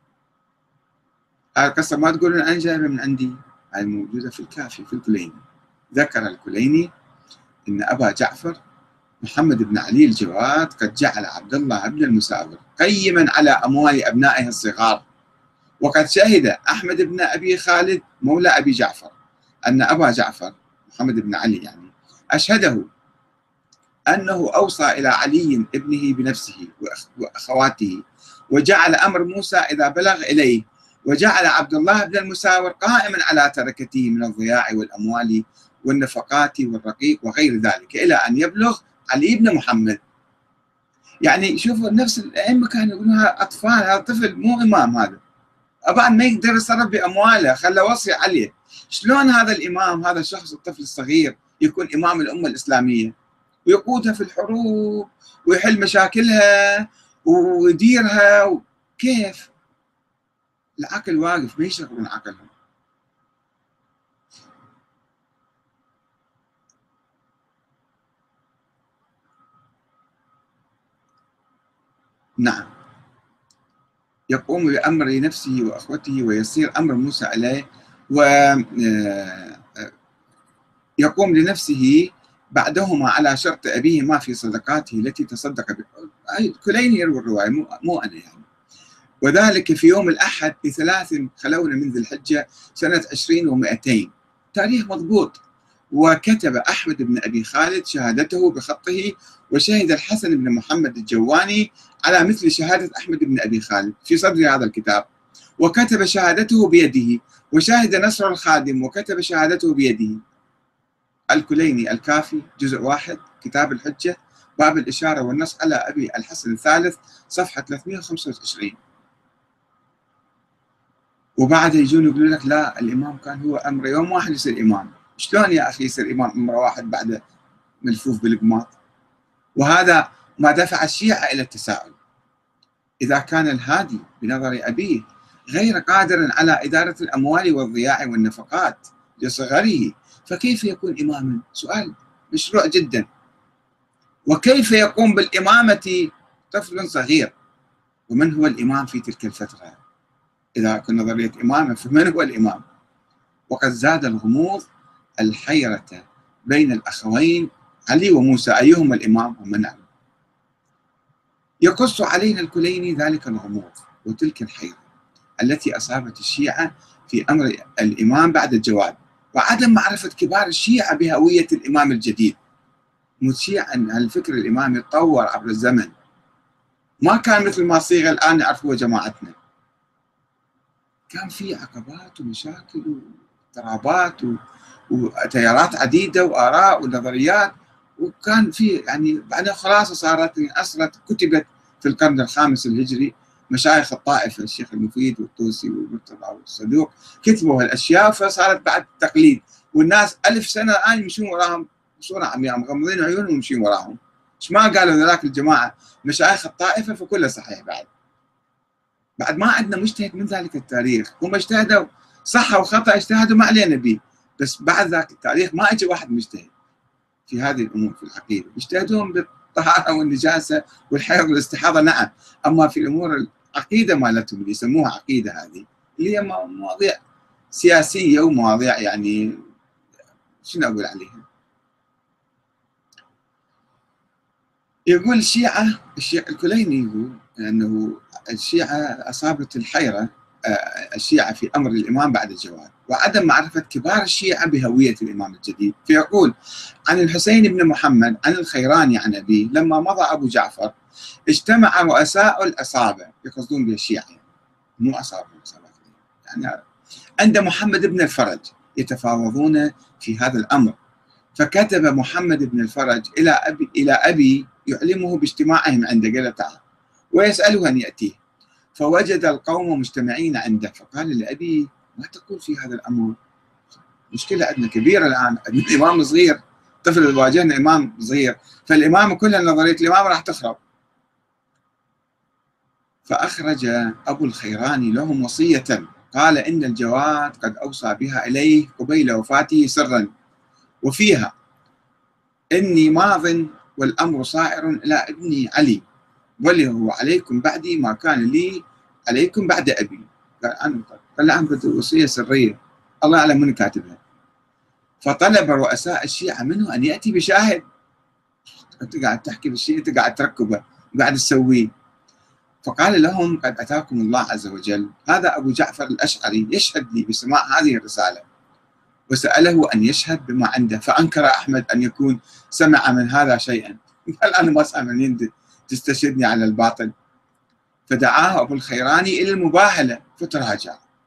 هذه القصة ما تقولون أنا جايبها من عندي، هذه موجودة في الكافي في الكليني. ذكر الكليني إن أبا جعفر محمد بن علي الجواد قد جعل عبد الله بن المساور قيما على أموال أبنائه الصغار. وقد شهد أحمد بن أبي خالد مولى أبي جعفر أن أبا جعفر محمد بن علي يعني أشهده أنه أوصى إلى علي ابنه بنفسه وأخواته، وجعل أمر موسى إذا بلغ إليه وجعل عبد الله بن المساور قائما على تركته من الضياع والأموال والنفقات والرقيق وغير ذلك إلى أن يبلغ علي بن محمد. يعني شوفوا نفس الأئمة كانوا يقولون أطفال، هذا طفل مو إمام، هذا أبعد ما يقدر يتصرف بأمواله، خلى وصي عليه. شلون هذا الإمام، هذا الشخص الطفل الصغير يكون إمام الأمة الإسلامية ويقودها في الحروب ويحل مشاكلها ويديرها؟ كيف؟ العقل واقف، ما يشغلون عقلهم. نعم، يقوم بأمر نفسه وأخوته ويصير أمر موسى عليه، ويقوم لنفسه بعدهما على شرط أبيهما في صدقاته التي تصدق بها. كلين يروي الرواية، مو, مو أنا يعني. وذلك في يوم الأحد بثلاث خلون من ذي الحجة سنة عشرين ومئتين، تاريخ مضبوط. وكتب أحمد بن أبي خالد شهادته بخطه، وشهد الحسن بن محمد الجواني على مثل شهادة أحمد بن أبي خالد في صدر هذا الكتاب، وكتب شهادته بيده، وشاهد نصر الخادم وكتب شهادته بيده. الكليني الكافي جزء واحد كتاب الحجة باب الإشارة والنص على أبي الحسن الثالث صفحة ثلاثمئة وخمسة وعشرين. وبعد يجون يقولون لك لا، الإمام كان هو أمر يوم واحد يصير إمام. شلون يا أخي يصير إمام أمر واحد بعد ملفوف بالقماط؟ وهذا ما دفع الشيعة إلى التساؤل. إذا كان الهادي بنظر أبيه غير قادر على إدارة الأموال والضياع والنفقات لصغره، فكيف يكون إماما؟ سؤال مشروع جدا. وكيف يقوم بالإمامة طفل صغير؟ ومن هو الإمام في تلك الفترة؟ إذا كان نظرية إمامة، فمن هو الإمام؟ وقد زاد الغموض الحيرة بين الأخوين علي وموسى، أيهما الإمام ومن نعلم. يقص علينا الكليني ذلك الغموض وتلك الحيرة التي أصابت الشيعة في أمر الإمام بعد الجواد، وعدم معرفة كبار الشيعة بهوية الإمام الجديد. مشيع أن الفكر الإمامي تطور عبر الزمن، ما كان مثل ما صيغ الآن نعرفه جماعتنا. كان في عقبات ومشاكل واضطرابات وتيارات عديدة وآراء ونظريات، وكان في يعني بعدين خلاص صارت أصلت كتبت في القرن الخامس الهجري. مشايخ الطائفة الشيخ المفيد والطوسي والمرتضى والصدوق كتبوا هالأشياء، فصارت بعد تقليد، والناس ألف سنة الآن يمشون وراهم بصورة عمياء، مغمضين عيونهم ويمشون وراهم. ايش ما قالوا ذلك الجماعة مشايخ الطائفة، فكله صحيح. بعد بعد ما عندنا مجتهد من ذلك التاريخ، هم اجتهدوا صح وخطأ، اجتهدوا ما علينا به، بس بعد ذاك التاريخ ما اجى واحد مجتهد في هذه الامور في العقيده. يجتهدون بالطهاره والنجاسه والحيض والاستحاضه، نعم، اما في الامور العقيده مالتهم اللي يسموها عقيده، هذه اللي هي مواضيع سياسيه ومواضيع يعني شنو اقول عليها. يقول الشيعه، الشيعة الكليني يقول انه الشيعه اصابت الحيره، الشيعة في أمر الإمام بعد الجواد، وعدم معرفة كبار الشيعة بهوية الإمام الجديد. فيقول عن الحسين بن محمد عن الخيراني عن أبيه لما مضى أبو جعفر اجتمع رؤساء الأصابة، يقصدون بها الشيعة مو أصابة يعني، عند محمد بن الفرج يتفاوضون في هذا الأمر. فكتب محمد بن الفرج إلى أبي إلى أبي يعلمه باجتماعهم عنده، قال تعال، ويسأله أن يأتيه. فوجد القوم مجتمعين عنده، فقال لأبي ما تقول في هذا الأمر؟ مشكلة عندنا كبيرة الآن، عندنا إمام صغير، طفل واجهنا إمام صغير، فالإمام كلها نظرية الإمام راح تخرب. فأخرج أبو الخيراني لهم وصية، قال إن الجواد قد أوصى بها إليه قبيل وفاته سرا، وفيها إني ماض والأمر صائر إلى ابني علي، ولي هو عليكم بعدي ما كان لي عليكم بعد أبي. قال أنا قال لا، أنا وصية سرية الله أعلم من كاتبها. فطلب رؤساء الشيعة منه أن يأتي بشاهد. أنت قاعد تحكي بالشيء، أنت قاعد تركبه، قاعد تسويه. فقال لهم قد أتاكم الله عز وجل، هذا أبو جعفر الأشعري يشهد لي بسماع هذه الرسالة، وسأله أن يشهد بما عنده. فأنكر أحمد أن يكون سمع من هذا شيئا، قال أنا ما أسمع منين تستشهدني على الباطل. فدعاه أبو الخيراني إلى المباهلة فتراجع،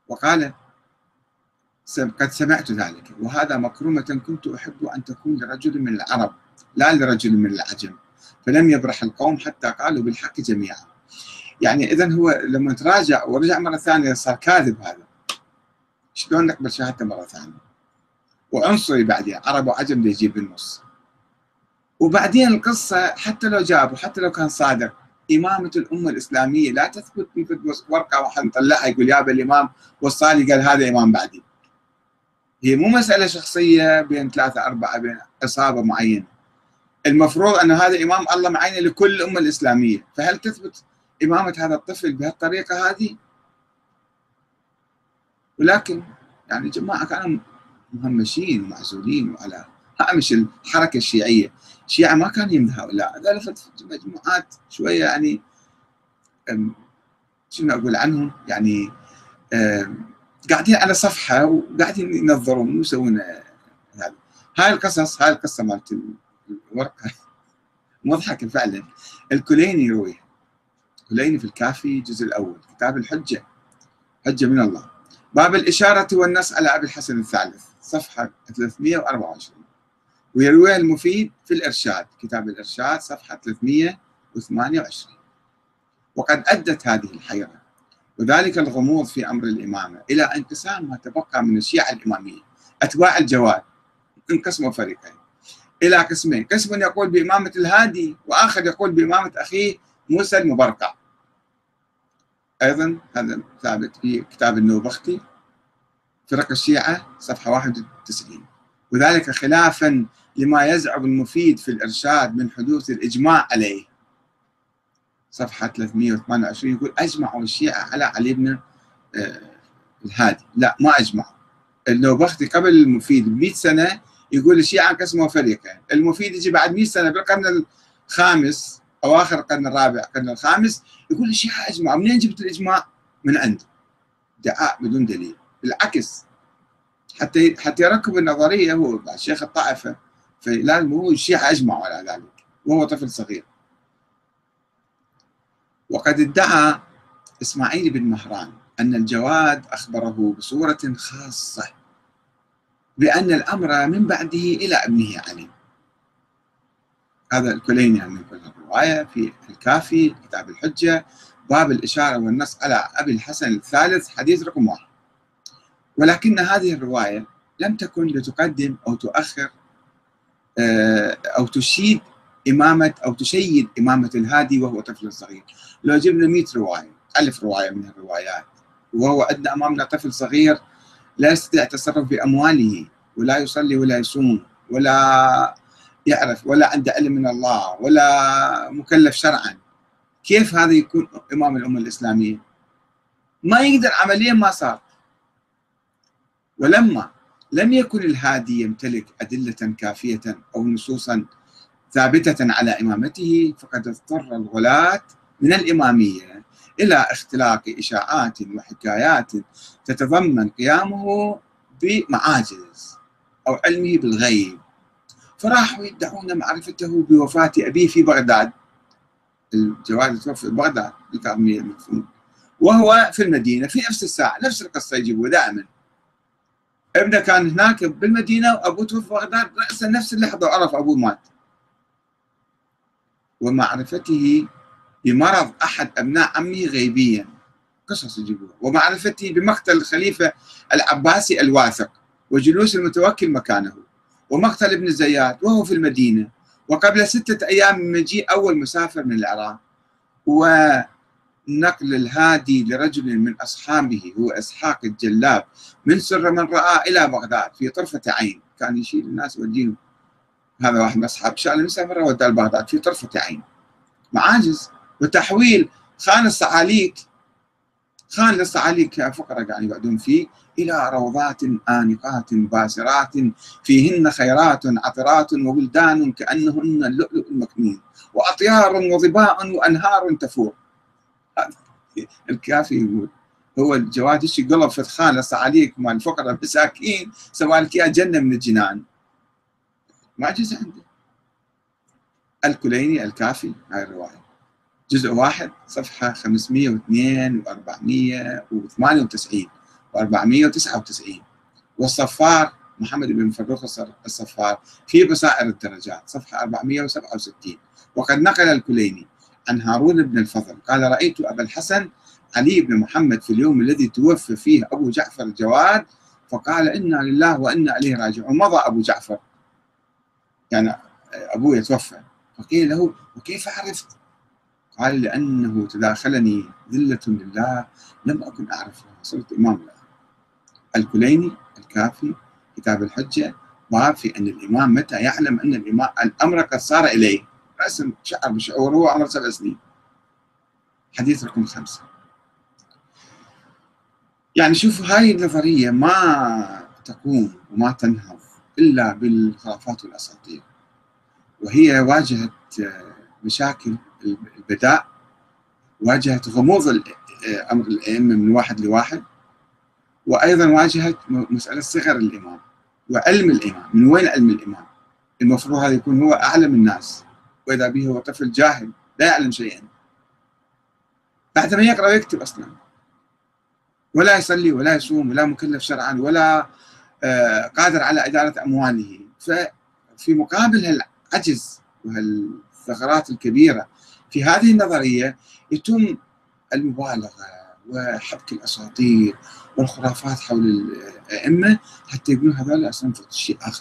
وقال: قد سمعت ذلك، وهذا مكرمة كنت أحب أن تكون لرجل من العرب لا لرجل من العجم، فلم يبرح القوم حتى قالوا بالحق جميعا. يعني إذن هو لما تراجع ورجع مرة ثانية صار كاذب، هذا شلون نقبل شهادته مرة ثانية؟ وعنصري بعدين، عرب وعجم اللي يجيب بالنص. وبعدين القصة حتى لو جاب وحتى لو كان صادق، إمامة الأمة الإسلامية لا تثبت مثل ورقة واحد نطلعها يقول يابا الإمام وصالي قال هذا إمام بعدي. هي مو مسألة شخصية بين ثلاثة أربعة بين إصابة معينة، المفروض أن هذا إمام الله معينه لكل الأمة الإسلامية، فهل تثبت إمامة هذا الطفل بهالطريقة هذه؟ ولكن يعني جماعة كانوا مهمشين ومعزولين وعلى هامش الحركة الشيعية. الشيعة ما كانوا يمدحوا هؤلاء، هذول مجموعات شوية يعني شنو أقول عنهم، يعني قاعدين على صفحة وقاعدين ينظرون ويسوون هذا. هاي القصص، هاي القصة مالت الورقة مضحكة فعلا. الكليني يرويها، الكليني في الكافي الجزء الأول، كتاب الحجة، حجة من الله، باب الإشارة والنص على أبي الحسن الثالث، صفحة ثلاثمئة وأربعة وعشرين. ويرويها المفيد في الإرشاد، كتاب الإرشاد، صفحة ثلاثمئة وثمانية وعشرين. وقد أدت هذه الحيرة وذلك الغموض في أمر الإمامة إلى انقسام ما تبقى من الشيعة الإمامية. أتباع الجواد انقسموا فريقين إلى قسمين، قسم يقول بإمامة الهادي وآخر يقول بإمامة أخيه موسى المبرقع. أيضا هذا ثابت في كتاب النوبختي، فرق الشيعة، صفحة واحد وتسعين. وذلك خلافا لما يزعم المفيد في الإرشاد من حدوث الإجماع عليه، صفحة ثلاثمئة وثمانية وعشرين، يقول أجمعوا الشيعة على علي بن الهادي. لا، ما أجمعوا. النوبختي قبل المفيد ب مئة سنة يقول الشيعة انقسموا فريقين، المفيد يجي بعد مئة سنة بالقرن الخامس أواخر القرن الرابع القرن الخامس يقول الشيعة أجمعوا. منين جبت الإجماع؟ من عنده، ادعاء بدون دليل. بالعكس، حتى حتى يركب النظرية هو شيخ الطائفة، فلازم هو الشيعة أجمعوا على ذلك وهو طفل صغير. وقد ادعى إسماعيل بن مهران أن الجواد أخبره بصورة خاصة بأن الأمر من بعده إلى ابنه علي. هذا الكليني يعني يقول الرواية في الكافي، كتاب الحجة، باب الإشارة والنص على أبي الحسن الثالث، حديث رقم واحد. ولكن هذه الرواية لم تكن لتقدم أو تؤخر أو تشيد إمامة أو تشيد إمامة الهادي وهو طفل صغير. لو جبنا مئة رواية، ألف رواية من الروايات، وهو أدنى أمامنا طفل صغير لا يستطيع التصرف بأمواله ولا يصلي ولا يصوم ولا يعرف ولا عنده علم من الله ولا مكلف شرعا، كيف هذا يكون إمام الأمة الإسلامية؟ ما يقدر، عمليا ما صار. ولما لم يكن الهادي يمتلك أدلة كافية أو نصوصا ثابتة على إمامته، فقد اضطر الغلاة من الإمامية إلى اختلاق إشاعات وحكايات تتضمن قيامه بمعاجز أو علمه بالغيب، فراحوا يدعون معرفته بوفاة أبيه في بغداد. الجواد توفي في بغداد بالكاظمية، وهو في المدينة في نفس الساعة، نفس القصة يجيبوا دائما. ابنه كان هناك بالمدينة وأبوه توفي في بغداد، رأسا نفس اللحظة وعرف أبوه مات. ومعرفته بمرض أحد أبناء عمه غيبيا، قصص يجيبوها. ومعرفته بمقتل الخليفة العباسي الواثق وجلوس المتوكل مكانه، ومقتل ابن زياد وهو في المدينة، وقبل ستة أيام من مجيء أول مسافر من العراق، ونقل الهادي لرجل من أصحابه هو إسحاق الجلاب من سر من رأى إلى بغداد في طرفة عين. كان يشيل الناس ويوديهم، هذا واحد من أصحاب شال مسافر وداه لبغداد في طرفة عين، معاجز. وتحويل خان الصعاليك، خان للصعاليك فقرة قاعد يقعدون فيه، إلى روضات آنقات باسرات فيهن خيرات عطرات وولدان كأنهن اللؤلؤ المكنون وأطيار وظباء وأنهار تفور. الكافي يقول هو الجواد يشي قلب فتخان للصعاليك مال الفقراء مساكين سوالك يا جنة من الجنان، معجزة عنده. الكليني الكافي، هاي الرواية، جزء واحد، صفحة خمسمئة واثنين وأربعمئة وثمانية وتسعين. وأربعمائة وتسعة وتسعين. والصفار محمد بن فروخ الصفار في بصائر الدرجات صفحة أربعمائة وسبعة وستين. وقد نقل الكليني عن هارون بن الفضل قال: رأيت أبا الحسن علي بن محمد في اليوم الذي توفى فيه أبو جعفر الجواد فقال: إنا لله وإنا إليه راجعون. مضى أبو جعفر، يعني أبوه يتوفى، فقيل له: وكيف عرفت؟ قال: لأنه تداخلني ذلة لله لم أكن أعرفها، صرت إمام له. الكليني الكافي كتاب الحجة باب في أن الإمام متى يعلم أن الإمام الأمر قد صار إليه، رسم شعر بشعور هو عمر سبع سنين. حديث رقم خمسة. يعني شوفوا، هاي النظرية ما تقوم وما تنهض إلا بالخرافات والأساطير، وهي واجهت مشاكل البداء، واجهت غموض أمر الأئمة من واحد لواحد، وأيضا واجهت مسألة صغر الإمام وعلم الإمام. من وين علم الإمام؟ المفروض هذا يكون هو أعلم الناس، وإذا به هو طفل جاهل لا يعلم شيئا، بعد ما يقرأ ويكتب أصلا، ولا يصلي ولا يصوم ولا مكلف شرعا ولا قادر على إدارة أمواله. ففي مقابل هالعجز وهالثغرات الكبيرة في هذه النظرية يتم المبالغة وحبك الأساطير والخرافات حول الأئمة حتى يقولون هذول أصلا شيء آخر.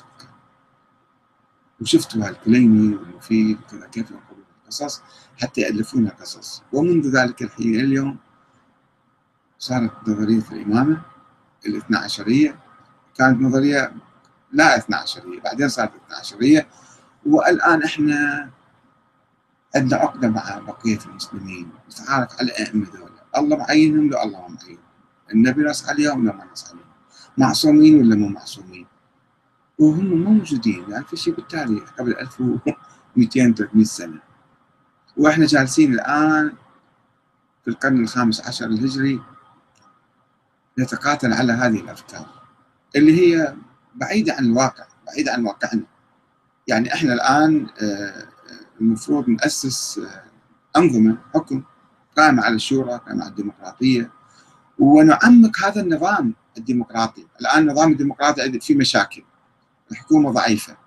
وشفتوا هالكليني والمفيد وكذا كيف ينقلون القصص حتى يألفون القصص. ومنذ ذلك الحين اليوم صارت نظرية الإمامة الاثنى عشرية، كانت نظرية لا اثنى عشرية، بعدين صارت اثنى عشرية، والآن احنا عندنا عقدة مع بقية المسلمين نتعارك على الأئمة دول، الله معينهم لو الله ما معينهم، النبي نص عليهم ولا ما نص عليهم، معصومين ولا مو معصومين، وهم موجودين يعني في شيء بالتاريخ قبل ألف ومئتين ثلاثمئة سنة، واحنا جالسين الآن في القرن الخامس عشر الهجري نتقاتل على هذه الأفكار اللي هي بعيدة عن الواقع، بعيدة عن واقعنا. يعني احنا الآن المفروض نأسس أنظمة حكم قائمة على الشورى، قائمة على الديمقراطية، ونعمق هذا النظام الديمقراطي. الآن النظام الديمقراطي فيه مشاكل، الحكومة ضعيفة،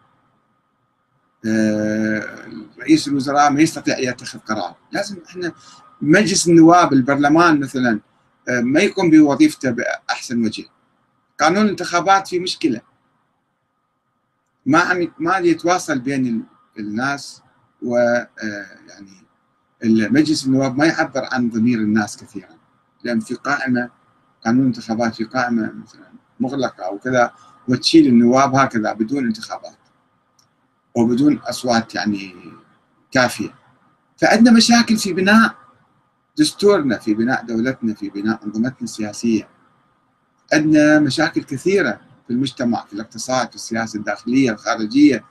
رئيس الوزراء ما يستطيع يتخذ قرار. لازم احنا مجلس النواب البرلمان مثلا ما يقوم بوظيفته بأحسن وجه، قانون الانتخابات فيه مشكلة، ما عم ما يتواصل بين الناس، ويعني المجلس النواب ما يعبر عن ضمير الناس كثيرا، لأن في قائمة قانون الانتخابات في قائمة مثلا مغلقة أو كذا، وتشيل النواب هكذا بدون انتخابات وبدون أصوات يعني كافية. فعندنا مشاكل في بناء دستورنا، في بناء دولتنا، في بناء أنظمتنا السياسية، عندنا مشاكل كثيرة في المجتمع، في الاقتصاد، في السياسة الداخلية الخارجية،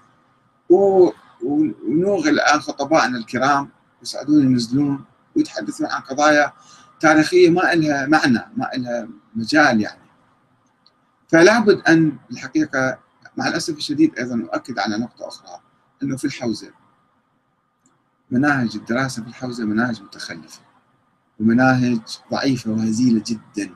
ونوغل الآن خطبائنا الكرام يصعدون ينزلون ويتحدثون عن قضايا تاريخية ما لها معنى، ما لها مجال يعني. فلا بد أن الحقيقة مع الأسف الشديد أيضا أؤكد على نقطة أخرى، أنه في الحوزة مناهج الدراسة في الحوزة مناهج متخلفة ومناهج ضعيفة وهزيلة جدا.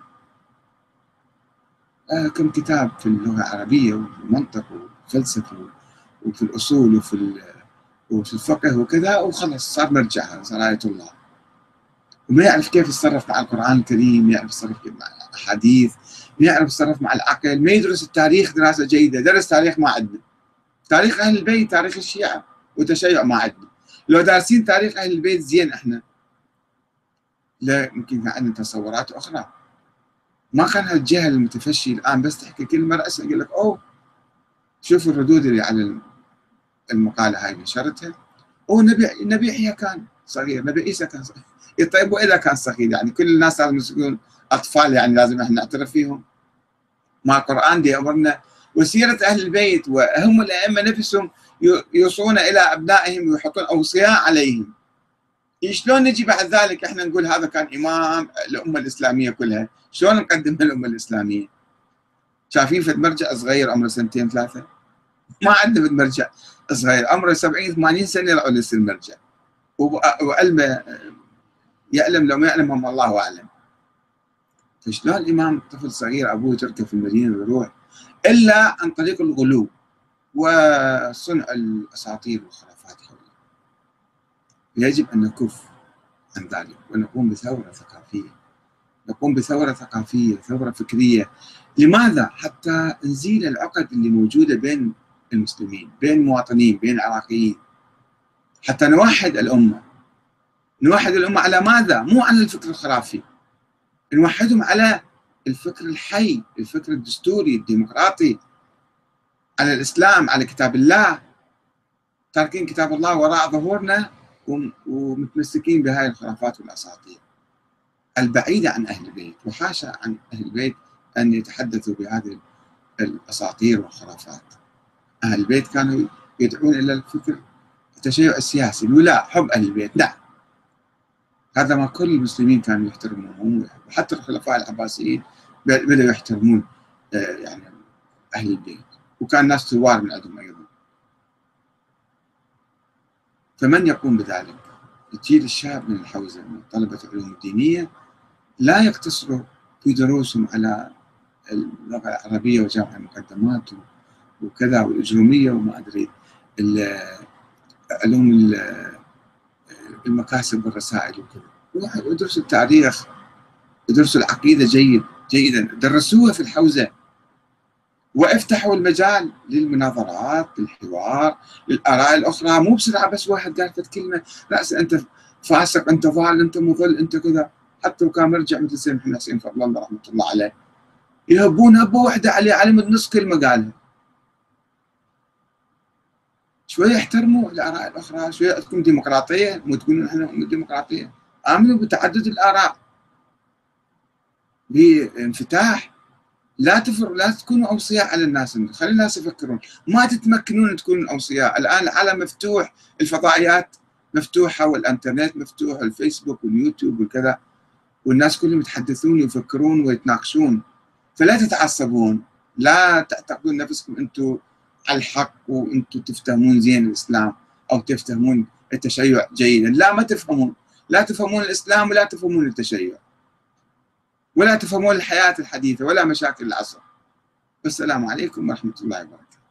آه كم كتاب في اللغة العربية والمنطق والفلسفة وفي الأصول وفي وفي الفقه وكذا، وخلص صار مرجع، صار آية الله، وما يعرف كيف يتصرف مع القرآن الكريم، يعرف يتصرف مع الأحاديث، ما يعرف يتصرف مع العقل، ما يدرس التاريخ دراسة جيدة. درس تاريخ ما عندنا، تاريخ أهل البيت، تاريخ الشيعة وتشيع ما عندنا. لو دارسين تاريخ أهل البيت زين احنا لا يمكن عندنا تصورات أخرى. ما كان هالجهل المتفشي الآن بس تحكي كلمة رأسا يقول لك أوه شوفوا الردود اللي على المقالة هاي نشرتها، أوه نبي نبي يحيى كان صغير، نبي عيسى كان صغير. طيب وإذا كان صغير يعني كل الناس لازم يكونون أطفال، يعني لازم احنا نعترف فيهم؟ ما القرآن دي أمرنا وسيرة أهل البيت، وهم الأئمة نفسهم يوصون إلى أبنائهم ويحطون أوصياء عليهم. شلون نجي بعد ذلك احنا نقول هذا كان إمام الأمة الإسلامية كلها؟ شلون نقدمها الأمة الإسلامية؟ شايفين فد مرجع صغير عمره سنتين ثلاثة؟ ما عندنا فد مرجع صغير عمره سبعين ثمانين سنة يطلعوا لسه المرجع، وعلمه يعلم لو ما يعلم هم الله أعلم. فشلون الإمام طفل صغير أبوه يتركه في المدينة ويروح إلا عن طريق الغلو وصنع الأساطير والخرافات حوله. يجب أن نكف عن ذلك ونقوم بثورة ثقافية، نقوم بثورة ثقافية، ثورة فكرية. لماذا؟ حتى نزيل العقد اللي موجودة بين المسلمين، بين المواطنين، بين العراقيين، حتى نوحد الأمة. نوحد الأمة على ماذا؟ مو على الفكر الخرافي، نوحدهم على الفكر الحي، الفكر الدستوري الديمقراطي، على الإسلام، على كتاب الله. تاركين كتاب الله وراء ظهورنا ومتمسكين بهاي الخرافات والأساطير البعيدة عن أهل البيت، وحاشا عن أهل البيت أن يتحدثوا بهذه الأساطير والخرافات. أهل البيت كانوا يدعون إلى الفكر التشيع السياسي، الولاء، حب أهل البيت، نعم، هذا ما كل المسلمين كانوا يحترمون، وحتى الخلفاء العباسيين بدأوا يحترمون يعني أهل البيت، وكان ناس ثوار من عندهم أيضا. فمن يقوم بذلك؟ الجيل الشاب من الحوزة، من طلبة العلوم الدينية، لا يقتصروا في دروسهم على اللغة العربية وجمع المقدمات وكذا والإجرومية وما أدري علوم المكاسب والرسائل وكذا، ودرسوا التاريخ، ودرسوا العقيدة جيد جيدا، درسوها في الحوزة، وافتحوا المجال للمناظرات، للحوار، للآراء الأخرى. مو بسرعة بس واحد قال كلمة رأس أنت فاسق، أنت ضال، أنت مضل، أنت كذا. حتى وكان مرجع مثل سيد محمد حسين فضل الله رحمة الله عليه، يهبون هبة واحدة عليه على مد نص كلمة قالها. شوية احترموا الآراء الأخرى، شوية تكون ديمقراطية، مو تقولون احنا ديمقراطية. آمنوا بتعدد الآراء، بانفتاح. لا تفر لا تكونوا أوصياء على الناس، خلي الناس يفكرون، ما تتمكنون تكونوا أوصياء. الآن العالم مفتوح، الفضائيات مفتوحة، والإنترنت مفتوح، والفيسبوك واليوتيوب وكذا، والناس كلهم يتحدثون ويفكرون ويتناقشون. فلا تتعصبون، لا تعتقدون نفسكم أنتم على الحق وأنتم تفهمون زين الإسلام أو تفهمون التشيع جيدا. لا، ما تفهمون، لا تفهمون الإسلام ولا تفهمون التشيع ولا تفهمون الحياة الحديثة ولا مشاكل العصر. والسلام عليكم ورحمة الله وبركاته.